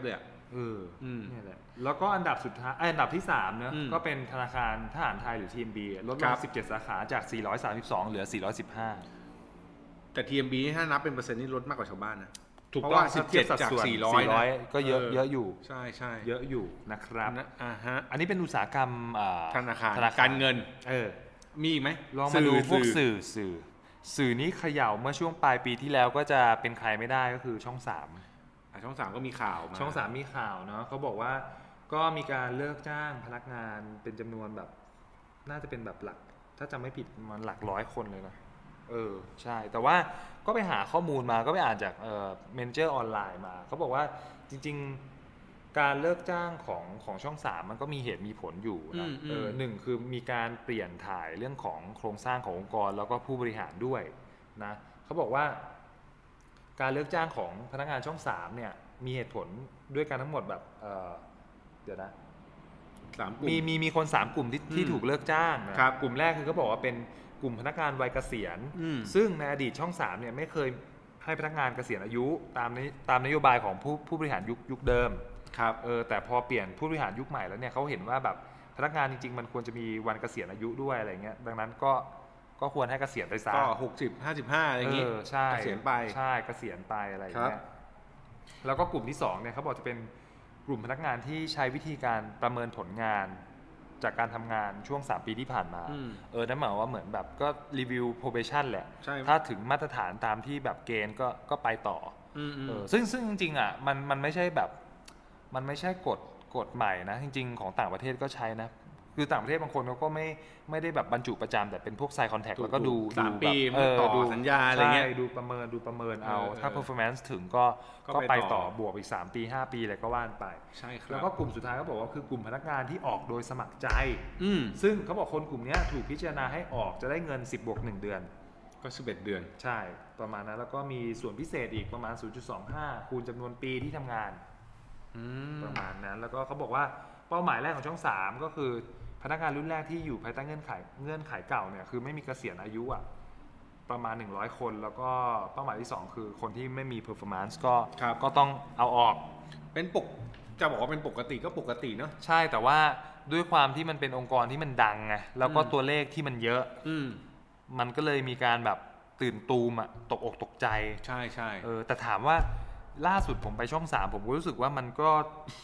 เออนี่แหละแล้วก็อันดับสุดท้ายอันดับที่สามเนอะก็เป็นธนาคารทหารไทยหรือ ที เอ็ม บี ลดลงสิบเจ็ดสาขาจากสี่ร้อยสามสิบสองเหลือสี่ร้อยสิบห้าแต่ ที เอ็ม บี ถ้านับเป็นเปอร์เซ็นต์นี่ลดมากกว่าชาวบ้านนะถูกต้องสิบเจ็ดจากสี่ร้อยก็เยอะเยอะอยู่ใช่ๆเยอะอยู่นะครับอ่าฮะอันนี้เป็นอุตสาหกรรมธนาคารการเงินเออมีอีกไหมลองมาดูพวกสื่อสื่อสื่อนี้เขย่าเมื่อช่วงปลายปีที่แล้วก็จะเป็นใครไม่ได้ก็คือช่องสามอ่ะช่องสามก็มีข่าวมาช่องสามมีข่าวเนาะเขาบอกว่าก็มีการเลิกจ้างพนักงานเป็นจำนวนแบบน่าจะเป็นแบบหลักถ้าจำไม่ผิดมันหลักร้อยคนเลยนะเออใช่แต่ว่าก็ไปหาข้อมูลมาก็ไปอ่านจากเอ่อเมนเจอร์ออนไลน์มาเขาบอกว่าจริงๆการเลิกจ้างของของช่องสามมันก็มีเหตุมีผลอยู่นะเออหนึ่งคือมีการเปลี่ยนถ่ายเรื่องของโครงสร้างขององค์กรแล้วก็ผู้บริหารด้วยนะเขาบอกว่าการเลิกจ้างของพนักงานช่องสามเนี่ยมีเหตุผลด้วยกันทั้งหมดแบบเอ่อเดี๋ยวนะสามกลุ่มมีมีมีคนสามกลุ่มที่ที่ถูกเลิกจ้างนะกลุ่มแรกคือเขาบอกว่าเป็นกลุ่มพนักงานวัยเกษียณซึ่งในอดีตช่องสามเนี่ยไม่เคยให้พนักงานเกษียณอายุตามตามนโยบายของผู้ผู้บริหารยุคยุคเดิมครับเออแต่พอเปลี่ยนผู้บริหารยุคใหม่แล้วเนี่ยเขาเห็นว่าแบบพนักงานจริงๆมันควรจะมีวันเกษียณอายุด้วยอะไรเงี้ยดังนั้นก็ก็ควรให้เกษียณไปซะก็หกสิบ ห้าสิบห้าอะไรอย่างงี้ใช่เกษียณไปใช่เกษียณไปอะไรอย่างเงี้ยแล้วก็กลุ่มที่สองเนี่ยเขาบอกจะเป็นกลุ่มพนักงานที่ใช้วิธีการประเมินผลงานจากการทำงานช่วงสามปีที่ผ่านมาเออนั่นหมายว่าเหมือนแบบก็รีวิว probation แหละถ้าถึงมาตรฐานตามที่แบบเกณฑ์ก็ก็ไปต่อเออซึ่งซึ่งจริงๆอ่ะมันมันไม่ใช่แบบมันไม่ใช่กฎกฎใหม่นะจริงๆของต่างประเทศก็ใช้นะคือต่างประเทศบางคนเขาก็ไม่ไม่ได้แบบบรรจุประจำแต่เป็นพวก side contract แล้วก็ดูสามปีต่อสัญญาอะไรเงี้ยดูประเมินดูประเมินเอาถ้า performance ถึงก็ก็ไปต่อบวกอีกสามปีห้าปีอะไรก็ว่านไปใช่ครับแล้วก็กลุ่มสุดท้ายเขาบอกว่าคือกลุ่มพนักงานที่ออกโดยสมัครใจซึ่งเขาบอกคนกลุ่มนี้ถูกพิจารณาให้ออกจะได้เงินสิบบวกหนึ่งเดือนก็สิบเอ็ดเดือนใช่ประมาณนั้นแล้วก็มีส่วนพิเศษอีกประมาณ ศูนย์จุดสองห้า คูณจำนวนปีที่ทำงานประมาณนั้นแล้วก็เขาบอกว่าเป้าหมายแรกของช่องสามก็คือพนักงานรุ่นแรกที่อยู่ภายใต้เงื่อนไขเงื่อนไขเก่าเนี่ยคือไม่มีเกษียณอายุอ่ะประมาณหนึ่งร้อยคนแล้วก็เป้าหมายที่สองคือคนที่ไม่มี performance ก็ก็ต้องเอาออกเป็นปกจะบอกว่าเป็นปกติก็ปกติเนาะใช่แต่ว่าด้วยความที่มันเป็นองค์กรที่มันดังไงแล้วก็ตัวเลขที่มันเยอะมันก็เลยมีการแบบตื่นตูมอ่ะตกอกตกใจใช่ใช่เออแต่ถามว่าล่าสุดผมไปช่องสามผมก็รู้สึกว่ามันก็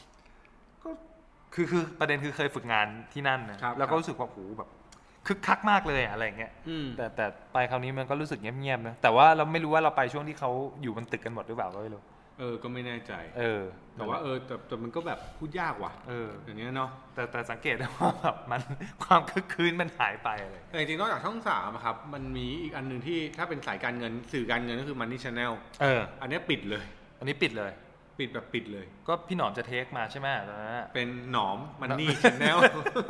คือคือประเด็นคือเคยฝึกงานที่นั่นนะแล้วก็รู้สึกว่าโหแบบคึกคักมากเลยอะไรเงี้ยแต่แต่ไปคราวนี้มันก็รู้สึกเงียบๆนะแต่ว่าเราไม่รู้ว่าเราไปช่วงที่เขาอยู่บนตึกกันหมดหรือเปล่าก็ไม่รู้เออก็ไม่แน่ใจเออแต่ว่าเออแต่แต่มันก็แบบพูดยากว่ะเอออย่างเงี้ยเนาะแต่แต่สังเกตได้ว่าแบบมันความคึกคืนมันหายไปอะไรแต่จริงๆนอกจากช่องสามครับมันมีอีกอันนึงที่ถ้าเป็นสายการเงินสื่อการเงินก็คือ Money Channel เอออันนี้ปิดเลยอันนี้ปิดเลยปิดแบบปิดเลยก็พี่หนอมจะเทคมาใช่ไหมตอนนั้นเป็นหนอมมันนี่ Channel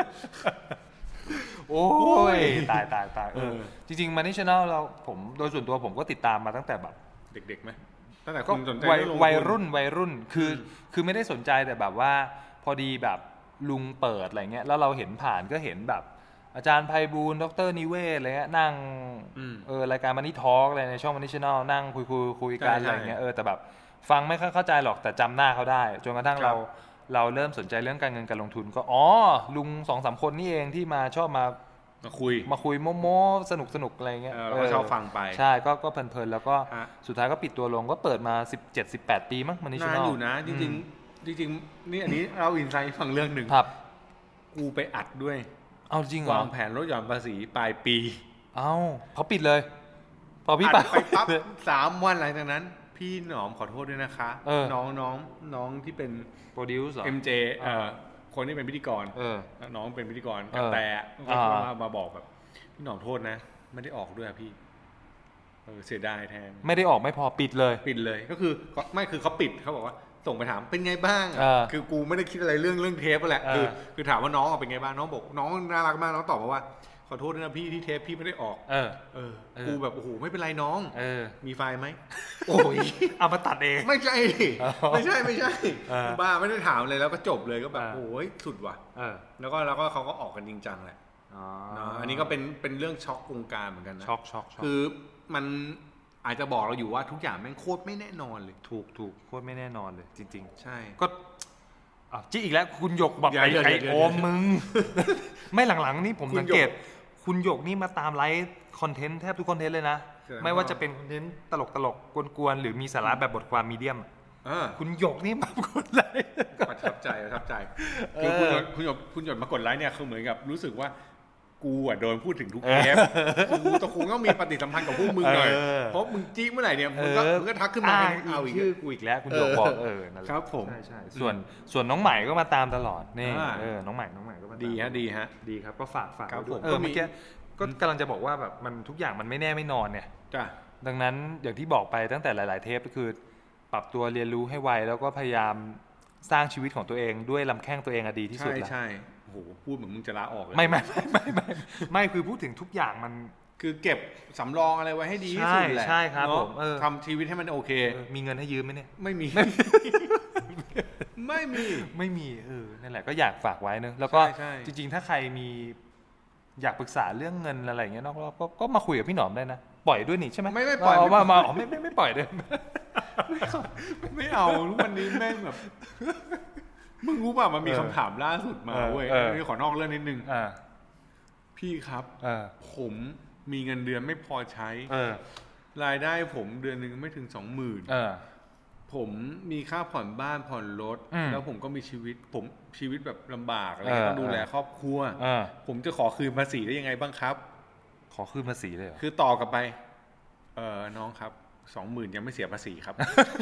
โอ้ยตายตายตายเออจริงๆมันนี่ Channel เราผมโดยส่วนตัวผมก็ติดตามมาตั้งแต่แบบเด็กๆไหมตั้งแต่คุณสนใจวัยรุ่นวัยรุ่นคือคือไม่ได้สนใจแต่แบบว่าพอดีแบบลุงเปิดอะไรเงี้ยแล้วเราเห็นผ่านก็เห็นแบบอาจารย์ไพบูลย์ดรนิเวศอะไรเงี้ยนั่งเออรายการมันนี่ทอล์กอะไรในช่องมันนี่ Channel นั่งคุยคุยคุยกันอะไรเงี้ยเออแต่แบบฟังไม่ค่อยเข้าใจหรอกแต่จำหน้าเขาได้จนกระทั่งเราเราเริ่มสนใจเรื่องการเงินการลงทุนก็อ๋อลุง สองสาม คนนี่เองที่มาชอบมามาคุยมาคุยโม้ๆสนุกสนุกอะไรเงี้ยเราก็ชอบฟังไปใช่ก็ก็เพลินๆแล้วก็สุดท้ายก็ปิดตัวลงก็เปิดมาสิบเจ็ด สิบแปดปีมั้งมันนี่ชั่วโมงนานอยู่นะจริงๆจริงๆนี่อันนี้เราอินไซต์ฟังเรื่องหนึ่งครับกูไปอัดด้วยเอาจริงเหรอวางแผนลดหย่อนภาษีปลายปีเอ้าเขาปิดเลยพอพี่ไปปั๊บสามวันหลังจากนั้นพี่หนอมขอโทษด้วยนะคะน้องน้องน้องที่เป็นโปรดิวเซอร์เอ็ม เจ เอ่อคนที่เป็นพิธีกรน้องเป็นพิธีกรกระแตก็มาบอกแบบพี่หนอมโทษนะไม่ได้ออกด้วยพี่เออเสียดายแทนไม่ได้ออกไม่พอปิดเลยปิดเลยก็คือไม่คือเขาปิดเขาบอกว่าส่งไปถามเป็นไงบ้างคือกูไม่ได้คิดอะไรเรื่องเรื่องเทปแหละคือคือถามว่าน้องเป็นไงบ้างน้องบอกน้องน่ารักมากน้องตอบมาว่าขอโทษนะพี่ที่เทปพี่ไม่ได้ออกเออเออกูแบบโอ้โหไม่เป็นไรน้องเออมีไฟล์ไหมโอ้ยเอามาตัดเองไม่ใช่ไม่ใช่ไม่ใช่บ้าไม่ได้ถามเลยแล้วก็จบเลยก็แบบโอ้ยสุดว่ะแล้วก็แล้วก็เขาก็ออกกันจริงจังแหละอันนี้ก็เป็นเป็นเรื่องช็อกวงการเหมือนกันนะช็อกช็อกคือมันอาจจะบอกเราอยู่ว่าทุกอย่างแม่งโคตรไม่แน่นอนเลยถูกถูกโคตรไม่แน่นอนเลยจริงๆใช่ก็อ่ะจี้อีกแล้วคุณหยกแบบไอ้ไอ้โอมมึงไม่หลังๆนี่ผมสังเกตคุณหยกนี่มาตามไลฟ์คอนเทนต์แทบทุกคอนเทนต์เลยนะไม่ว่าจะเป็นคอนเทนต์ตลกตลกกวนๆหรือมีสาระแบบบทความมีเดียมคุณหยกนี่มากดไลค์ประทับใจประทับใจคือคุณคุณหยกคุณหยกมากดไลค์เนี่ยคือเหมือนกับรู้สึกว่ากูอ่ะโดนพูดถึงทุกเทปกูตะคุงต้องมีปฏิสัมพันธ์กับพวกมึงหน่อยเพราะมึงจี้เมื่อไหร่เนี่ยมึงก็มึงก็ทักขึ้นมาเอาอีกชื่อกูอีกแล้วคุณหยกบอกเออนั่นแหละครับผมใช่ๆส่วนส่วนน้องใหม่ก็มาตามตลอดนี่เออน้องใหม่น้องใหม่ก็มาดีฮะดีฮะดีครับก็ฝากฝากด้วยเออเมื่อกี้ก็กำลังจะบอกว่าแบบมันทุกอย่างมันไม่แน่ไม่นอนเนี่ยจ้ะดังนั้นอย่างที่บอกไปตั้งแต่หลายๆเทปก็คือปรับตัวเรียนรู้ให้ไวแล้วก็พยายามสร้างชีวิตของตัวเองด้วยลำแข้งตัวเองอะดีที่สุดแล้วใช่ๆโอ้โหพูดเหมือนมึงจะลาออกเลยไม่ไม่ไม่ไม่ไม่คือพูดถึงทุกอย่างมันคือเก็บสำรองอะไรไว้ให้ดีที่สุดแหละใช่ครับผมทำชีวิตให้มันโอเคมีเงินให้ยืมไหมเนี่ยไม่มีไม่มีไม่มีเออนั่นแหละก็อยากฝากไว้เนอะแล้วก็จริงๆถ้าใครมีอยากปรึกษาเรื่องเงินอะไรอย่างเงี้ยนอกรอบก็ก็มาคุยกับพี่หนอมได้นะปล่อยด้วยนี่ใช่ไหมไม่ไม่ปล่อยมามาไม่ไม่ไม่ปล่อยด้วยไม่เอาวันนี้แม่งแบบมึงรู้ป่ะมันมีคำถามล่าสุดมาเว้ยนี่ขอนอกเรื่องนิดนึงพี่ครับผมมีเงินเดือนไม่พอใช้รายได้ผมเดือนนึงไม่ถึงสองหมื่นผมมีค่าผ่อนบ้านผ่อนรถแล้วผมก็มีชีวิตผมชีวิตแบบลำบากอะไรต้องดูแลครอบครัวผมจะขอคืนภาษีได้ยังไงบ้างครับขอคืนภาษีเลยเหรอคือต่อกลับไปเออน้องครับสองหมื่นยังไม่เสียภาษีครับ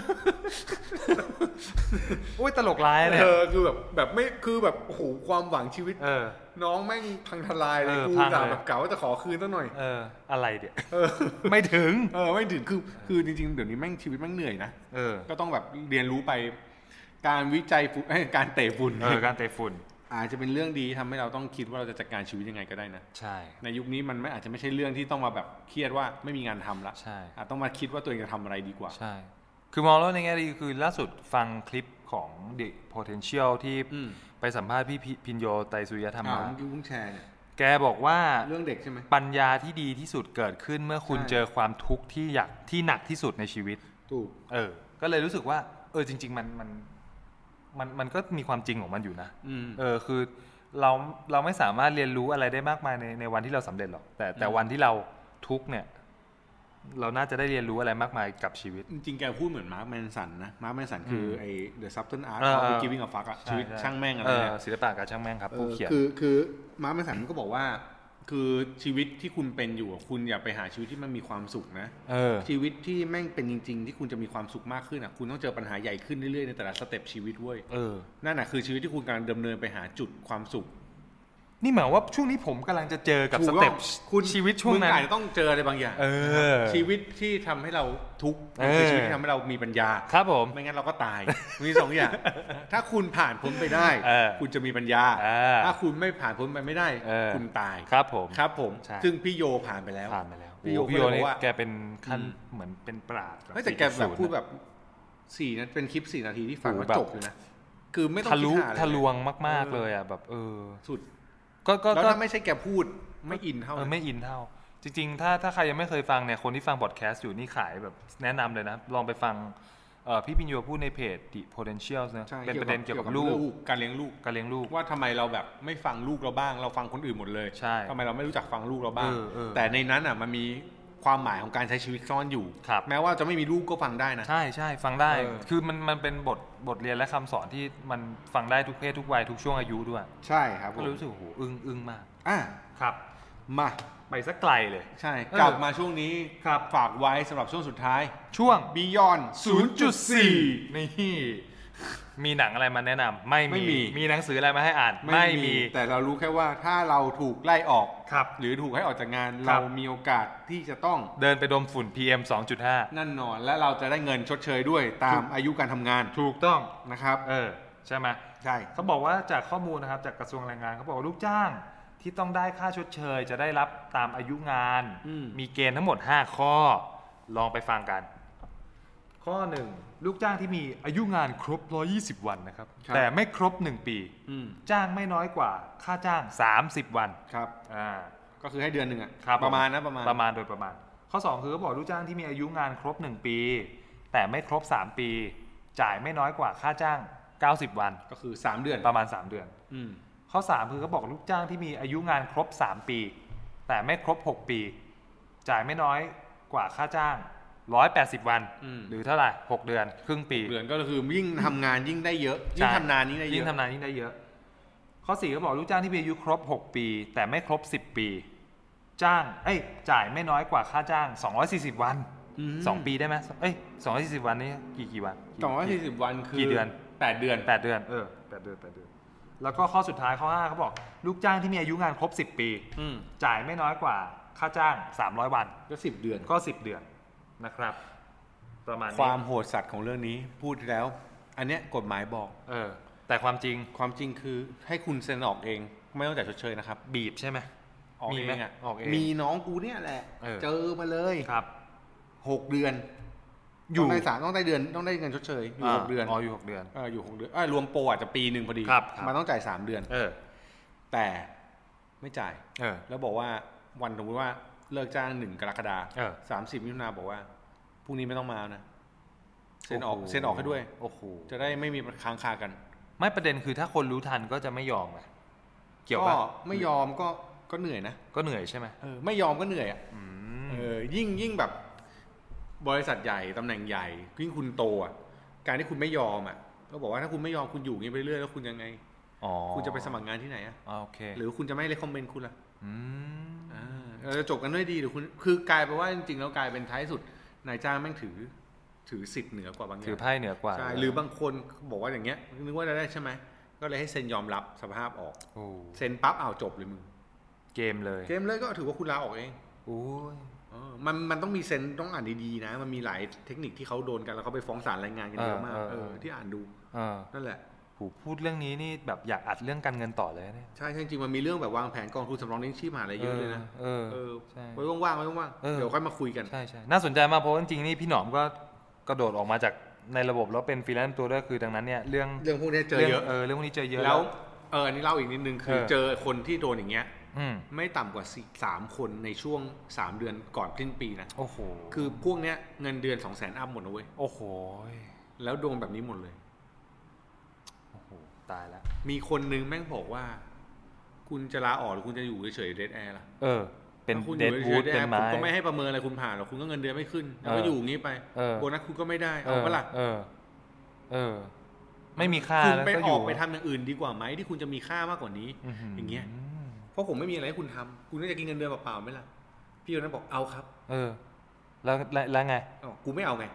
โอ้ยตลกร้ายเลยเออคือแบบแบบไม่คือแบบโอ้โหความหวังชีวิตน้องแม่งพังทลายเลยกูกะแบบเก่าว่าจะขอคืนสักหน่อยเอออะไรเดี๋ยไม่ถึงเออไม่ถึงคือคือจริงๆเดี๋ยวนี้แม่งชีวิตแม่งเหนื่อยนะเออก็ต้องแบบเรียนรู้ไปการวิจัยฝุ่นการเตะฝุ่นเออการเตะฝุ่นอาจจะเป็นเรื่องดีทำให้เราต้องคิดว่าเราจะจัดการชีวิตยังไงก็ได้นะใช่ในยุคนี้มันไม่อาจจะไม่ใช่เรื่องที่ต้องมาแบบเครียดว่าไม่มีงานทำละใช่อาจต้องมาคิดว่าตัวเองจะทำอะไรดีกว่าใช่คือมองแล้วในแง่ดีคือล่าสุดฟังคลิปของ The Potential ที่ไปสัมภาษณ์พี่พิญโยไตรสุริยธรรมมาที่พุ่งแชร์เนี่ยแกบอกว่าเรื่องเด็กใช่ไหมปัญญาที่ดีที่สุดเกิดขึ้นเมื่อคุณเจอความทุกข์ที่อยากที่หนักที่สุดในชีวิตถูกเออก็เลยรู้สึกว่าเออจริงๆมันมันมันมันก็มีความจริงของมันอยู่นะเออคือเราเราไม่สามารถเรียนรู้อะไรได้มากมายในในวันที่เราสำเร็จหรอกแต่แต่วันที่เราทุกข์เนี่ยเราน่าจะได้เรียนรู้อะไรมากมายกับชีวิตจริงๆแกพูดเหมือนมาร์คแมนสันนะมาร์คแมนสันคือไอ้ The Subtle Art of Giving a Fuck อะชีวิตช่างแม่งอะไรเนี่ยศิลปะกับช่างแม่งครับผู้เขียนคือคือมาร์คแมนสันก็บอกว่าคือชีวิตที่คุณเป็นอยู่คุณอย่าไปหาชีวิตที่มันมีความสุขนะชีวิตที่แม่งเป็นจริงๆที่คุณจะมีความสุขมากขึ้นอ่ะคุณต้องเจอปัญหาใหญ่ขึ้นเรื่อยๆในแต่ละสเต็ปชีวิตเว้ยนั่นน่ะคือชีวิตที่คุณกำลังดำเนินไปหาจุดความสุขนี่หมายว่าช่วงนี้ผมกำลังจะเจอกับสเต็ปคุณชีวิตช่วงนั้นมึงอาจจะต้องเจออะไรบางอย่างชีวิตที่ทำให้เราทุกข์เป็นชีวิตที่ทำให้เรามีปัญญาครับผมไม่งั้นเราก็ตายมีสองอย่างถ้าคุณผ่านพ้นไปได้คุณจะมีปัญญาถ้าคุณไม่ผ่านพ้นไปไม่ได้คุณตายครับผมครับผมซึ่งพี่โยผ่านไปแล้วผ่านไปแล้วพี่โยพี่โยนี่แกเป็นขั้นเหมือนเป็นปราชญ์แต่แกแบบพูดแบบสี่นั้นเป็นคลิปสี่นาทีที่ฟังแล้วจบเลยนะคือไม่ต้องคิดหาอะไรทะลวงมากๆเลยอ่ะแบบเออสุดก็ก็แล้วถ้าไม่ใช่แกพูดไม่อินเท่าเออไม่อินเท่าจริงๆถ้าถ้าใครยังไม่เคยฟังเนี่ยคนที่ฟังพอดแคสต์อยู่นี่ขายแบบแนะนำเลยนะลองไปฟังพี่พิญโยพูดในเพจ The Potential นะเป็นประเด็นเกี่ยวกับลูกการเลี้ยงลูกการเลี้ยงลูกว่าทำไมเราแบบไม่ฟังลูกเราบ้างเราฟังคนอื่นหมดเลยทำไมเราไม่รู้จักฟังลูกเราบ้างแต่ในนั้นอ่ะมันมีความหมายของการใช้ชีวิตซ่อนอยู่แม้ว่าจะไม่มีลูกก็ฟังได้นะใช่ใช่ฟังได้คือมันมันเป็นบทบทเรียนและคำสอนที่มันฟังได้ทุกเพศทุกวัยทุกช่วงอายุด้วยใช่ครับก็รู้สึกโอ้โหอึ้งอึ้งมากอ่ะครับมาไปสักไกลเลยใช่กลับมาช่วงนี้ครับฝากไว้สำหรับช่วงสุดท้ายช่วง Beyond ศูนย์จุดสี่นี่มีหนังอะไรมาแนะนำไม่มีมีหนังสืออะไรมาให้อ่านไม่มีแต่เรารู้แค่ว่าถ้าเราถูกไล่ออกหรือถูกให้ออกจากงานเรามีโอกาสที่จะต้องเดินไปดมฝุ่น พี เอ็ม สองจุดห้านั่นนอนและเราจะได้เงินชดเชยด้วยตามอายุการทำงานถูกต้องนะครับเออใช่ไหมใช่เขาบอกว่าจากข้อมูลนะครับจากกระทรวงแรงงานเขาบอกว่าลูกจ้างที่ต้องได้ค่าชดเชยจะได้รับตามอายุงานมีเกณฑ์ทั้งหมดห้าข้อลองไปฟังกันข้อหนึ่งลูกจ้างที่มีอายุงานครบหนึ่งร้อยยี่สิบวันนะครับแต่ไม่ครบหนึ่งปีจ้างไม่น้อยกว่าค่าจ้างสามสิบวันครับอ่าก็คือให้เดือนนึงอ่ะประมาณนะประมาณประมาณโดยประมาณข้อสองคือเขาบอกลูกจ้างที่มีอายุงานครบหนึ่งปีแต่ไม่ครบสามปีจ่ายไม่น้อยกว่าค่าจ้างเก้าสิบวันก็คือสามเดือนประมาณสามเดือนอืมข้อสามคือเขาบอกลูกจ้างที่มีอายุงานครบสามปีแต่ไม่ครบหกปีจ่ายไม่น้อยกว่าค่าจ้างหนึ่งร้อยแปดสิบวันหรือเท่าไหร่หกเดือนครึ่งปีเดือนก็คือยิ่งทำงานยิ่งได้เยอะยิ่งทำนานยิ่งได้เยอะยิ่งทำนานยิ่งได้เยอะข้อสี่เขาบอกลูกจ้างที่มีอายุครบหกปีแต่ไม่ครบสิบปีจ้างเอ้ยจ่ายไม่น้อยกว่าค่าจ้างสองร้อยสี่สิบวันสองปีได้ไหมเอ้ยสองร้อยสี่สิบวันนี้กี่กี่วันสองร้อยสี่สิบวันคือกี่เดือนแปดเดือนแปดเดือนเออแปดเดือนแปดเดือนแล้วก็ข้อสุดท้ายข้อห้าเขาบอกลูกจ้างที่มีอายุงานครบสิบปีจ่ายไม่น้อยกว่าค่าจ้างสามร้อยวันก็สิบเดือนก็สิบเดือนนะครับประมาณนี้ความโหดสัตว์ของเรื่องนี้พูดแล้วอันเนี้ยกฎหมายบอกเออแต่ความจริงความจริงคือให้คุณเซ็นออกเองไม่ต้องจ่ายชดเชยนะครับบีบใช่ไหมมีไหมออกเองมีน้องกูเนี่ยแหละเจอมาเลยครับหกเดือนอยู่ในศาลต้องได้เดือนต้องได้เงินชดเชยอยู่หกเดือนอ๋ออยู่หกเดือนเอออยู่หกเดือนเออรวมโปรอาจจะปีนึงพอดีมันต้องจ่ายสามเดือนเออแต่ไม่จ่ายเออแล้วบอกว่าวันสมมติว่าเลิกจ้างหนึ่งกรกฎาคมสามสิบมิถุนายนบอกว่าพรุ่งนี้ไม่ต้องมานะเซ็นออกเซ็นออกให้ด้วยโอ้โหจะได้ไม่มีค้างคากันไม่ประเด็นคือถ้าคนรู้ทันก็จะไม่ยอมไงเกี่ยวป่ะไม่ยอมก็ก็เหนื่อยนะก็เหนื่อยใช่ไหมเออไม่ยอมก็เหนื่อยอ่ะเออยิ่งยิ่งแบบบริษัทใหญ่ตำแหน่งใหญ่ยิ่งคุณโตอ่ะการที่คุณไม่ยอมอ่ะก็บอกว่าถ้าคุณไม่ยอมคุณอยู่งี้ไปเรื่อยแล้วคุณยังไงอ๋อคุณจะไปสมัครงานที่ไหนอ่ะโอเคหรือคุณจะไม่เรคคอมเมนต์คุณล่ะอืมอ่าเราจะจบกันด้วยดีหรือคุณคือกลายไปว่าจริงๆแล้วกลายเป็นท้ายสุดนายจ้างแม่งถือถือสิทธิ์เหนือกว่าบางอย่างถือไพ่เหนือกว่าใช่หรือบางคนบอกว่าอย่างเงี้ยนึกว่าจะได้ใช่ไหมก็เลยให้เซ็นยอมรับสภาพออกเซ็นปั๊บเอาจบเลยมึงเกมเลยเกมเลยก็ถือว่าคุณลาออกเองโอ้ยมันมันต้องมีเซ็นต้องอ่านดีๆนะมันมีหลายเทคนิคที่เขาโดนกันแล้วเขาไปฟ้องศาลรายงานกันเยอะมากเออที่อ่านดูนั่นแหละผู้พูดเรื่องนี้นี่แบบอยากอัดเรื่องการเงินต่อเลยเนี่ยใช่จริงๆมันมีเรื่องแบบวางแผนกองทุนสำรองเลี้ยงชีพหาอะไรเยอะเลยนะเออเออไว้ว่างๆไว้ว่างๆเดี๋ยวค่อยมาคุยกันใช่ใช่น่าสนใจมากเพราะจริงๆนี่พี่หนอมก็กระโดดออกมาจากในระบบแล้วเป็นฟรีแลนซ์ตัวด้วยคือดังนั้นเนี่ยเรื่องเรื่องพวกนี้เจอเยอะเออเรื่องพวกนี้เจอเยอะแล้วเอออันนี้เล่าอีกนิดนึงคือเจอคนที่โดนอย่างเงี้ยไม่ต่ำกว่าสามคนในช่วงสามเดือนก่อนสิ้นปีนะโอ้โหคือพวกเนี้ยเงินเดือน สองแสน อัพหมดนะเว้ยโอ้โหแล้วโดนแบบนี้หมดเลยโอ้โหตายแล้วมีคนนึงแม่งบอกว่าคุณจะลาออกหรือคุณจะอยู่เฉยๆเดดแอร์ล่ะเออเป็นเดดวูดเป็นไม้ผมก็ไม่ให้ประเมินอะไรคุณผ่านหรอกคุณก็เงินเดือนไม่ขึ้นแล้วก็อยู่อย่างนี้ไปโบนัสคุณก็ไม่ได้เอาปะล่ะเออเออไม่มีค่าคุณไปออกไปทำอย่างอื่นดีกว่าไหมที่คุณจะมีค่ามากกว่านี้อย่างเงี้ยเพราะผมไม่มีอะไรให้คุณทำคุณน่าจะกินเงินเดือนเปล่าๆไหมล่ะพี่คนนั้นบอกเอาครับเออแล้วแล้วไงอ๋อกูไม่เอาไง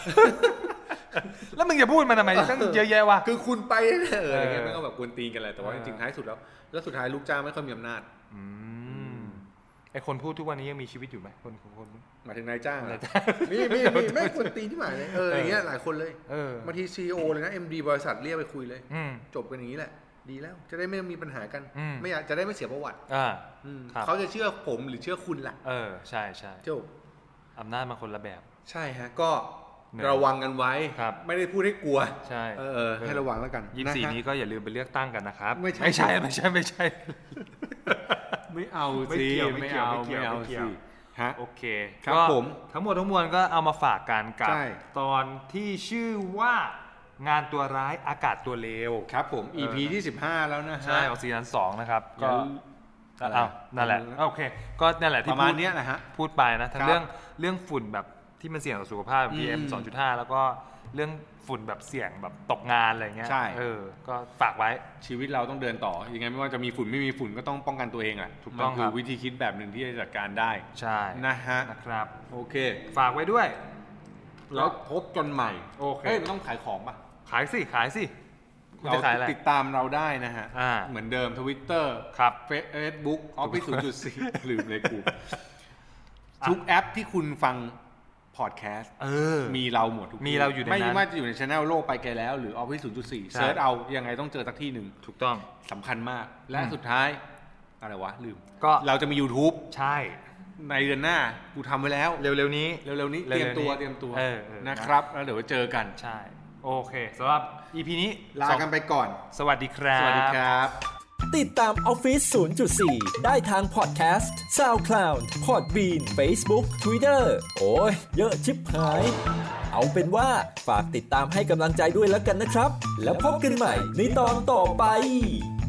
แล้วมึงจะพูดมันทำไมตั้งเยอะแยะวะคือคุณไปเอออะไรเงี้ยมันก็แบบกวนตีนกันแหละแต่ว่าจริงๆท้ายสุดแล้วแล้วสุดท้ายลูกจ้างไม่ค่อยมีอำนาจไอคนพูดทุกวันนี้ยังมีชีวิตอยู่ไหมคนคนหมายถึงนายจ้างมีมีมีไม่คนตีที่หมายเลยเอออย่างเงี้ยหลายคนเลยบางทีซีอีโอเลยนะ เอ็ม ดี บริษัทเรียกไปคุยเลยจบกันอย่างนี้แหละดีแล้วจะได้ไม่มีปัญหากันไม่อยากจะได้ไม่เสียประวัติเขาจะเชื่อผมหรือเชื่อคุณล่ะเออใช่ใช่จบอำนาจมาคนละแบบใช่ฮะก็ระวังกันไว้ไม่ได้พูดให้กลัวใช่เออให้ระวังแล้วกันยี่สิบสี่นี้ก็อย่าลืมไปเลือกตั้งกันนะครับไม่ใช่ไม่ใช่ไม่ใช่ไม่เอาสิไม่เอาไม่เอาสิฮะโอเคครับผมทั้งหมดทั้งมวลก็เอามาฝากกันกับตอนที่ชื่อว่างานตัวร้ายอากาศตัวเลวครับผม อี พี ที่สิบห้าแล้วนะฮะใช่ออกซีซั่นสองนะครับก็อ้าวนั่นแหละโอเคก็นั่นแหละที่ประมาณนี้แหละฮะพูดไปนะทั้งเรื่องเรื่องฝุ่นแบบที่มันเสี่ยงต่อสุขภาพ พี เอ็ม สองจุดห้า แล้วก็เรื่องฝุ่นแบบเสี่ยงแบบตกงานอะไรเงี้ยใช่เออก็ฝากไว้ชีวิตเราต้องเดินต่อยังไงไม่ว่าจะมีฝุ่นไม่มีฝุ่นก็ต้องป้องกันตัวเองอ่ะถูกต้องคือวิธีคิดแบบหนึ่งที่จะจัดการได้ใช่นะฮะนะครับโอเคฝากไว้ด้วยแล้วพบกันใหม่โอเคเฮ้ยมันต้องขายของป่ะขายสิขายสิเราติดตามเราได้นะฮะเหมือนเดิม Twitter ครับ Facebook Office ศูนย์จุดสี่ ลืมเลยกูทุกแอปที่คุณฟังพอดแคสต์มีเราหมดทุกมีเราอยู่ในนั้นไม่ว่าจะอยู่ใน Channel โลกไปไกลแล้วหรือ Office ศูนย์จุดสี่ เซิร์ชเอายังไงต้องเจอสักที่หนึ่งถูกต้องสำคัญมากและสุดท้ายอะไรวะลืมก็เราจะมี YouTube ใช่ในเดือนหน้ากูทำไว้แล้วเร็วๆนี้เร็วๆนี้เตรียมตัวเตรียมตัวนะครับแล้วเดี๋ยวเจอกันใช่โอเคสำหรับ อี พี นี้ลากันไปก่อนสวัสดีครับสวัสดีครับติดตาม Office ศูนย์จุดสี่ ได้ทางพอดแคสต์ SoundCloud Podbean Facebook Twitter โอ้ยเยอะชิบหายเอาเป็นว่าฝากติดตามให้กำลังใจด้วยแล้วกันนะครับแล้วพบกันใหม่ในตอนต่อไป